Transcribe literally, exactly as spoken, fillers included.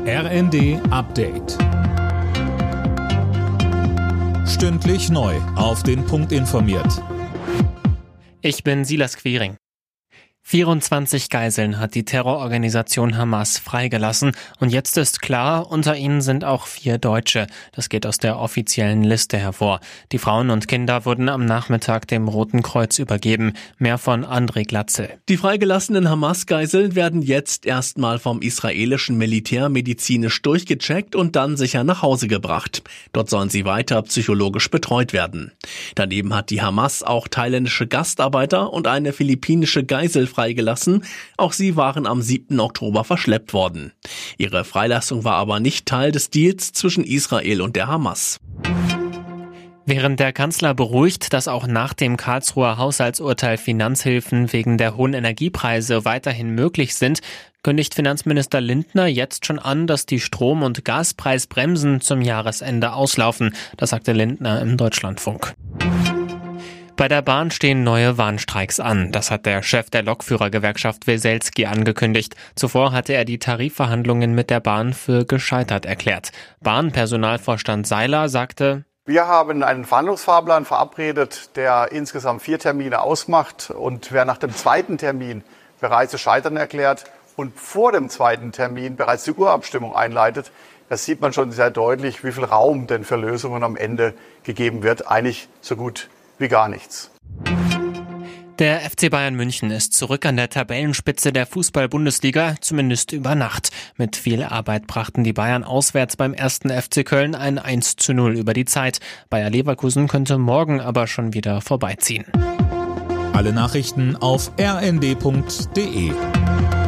R N D Update. Stündlich neu auf den Punkt informiert. Ich bin Silas Quiring. vierundzwanzig Geiseln hat die Terrororganisation Hamas freigelassen und jetzt ist klar, unter ihnen sind auch vier Deutsche. Das geht aus der offiziellen Liste hervor. Die Frauen und Kinder wurden am Nachmittag dem Roten Kreuz übergeben. Mehr von André Glatzel. Die freigelassenen Hamas-Geiseln werden jetzt erstmal vom israelischen Militär medizinisch durchgecheckt und dann sicher nach Hause gebracht. Dort sollen sie weiter psychologisch betreut werden. Daneben hat die Hamas auch thailändische Gastarbeiter und eine philippinische Geisel freigelassen. Auch sie waren am siebten Oktober verschleppt worden. Ihre Freilassung war aber nicht Teil des Deals zwischen Israel und der Hamas. Während der Kanzler beruhigt, dass auch nach dem Karlsruher Haushaltsurteil Finanzhilfen wegen der hohen Energiepreise weiterhin möglich sind, kündigt Finanzminister Lindner jetzt schon an, dass die Strom- und Gaspreisbremsen zum Jahresende auslaufen. Das sagte Lindner im Deutschlandfunk. Bei der Bahn stehen neue Warnstreiks an. Das hat der Chef der Lokführergewerkschaft Weselski angekündigt. Zuvor hatte er die Tarifverhandlungen mit der Bahn für gescheitert erklärt. Bahnpersonalvorstand Seiler sagte: Wir haben einen Verhandlungsfahrplan verabredet, der insgesamt vier Termine ausmacht. Und wer nach dem zweiten Termin bereits zu scheitern erklärt und vor dem zweiten Termin bereits die Urabstimmung einleitet, da sieht man schon sehr deutlich, wie viel Raum denn für Lösungen am Ende gegeben wird. Eigentlich so gut wie gar nichts. Der F C Bayern München ist zurück an der Tabellenspitze der Fußball-Bundesliga, zumindest über Nacht. Mit viel Arbeit brachten die Bayern auswärts beim ersten F C Köln ein eins zu null über die Zeit. Bayer Leverkusen könnte morgen aber schon wieder vorbeiziehen. Alle Nachrichten auf r n d punkt d e.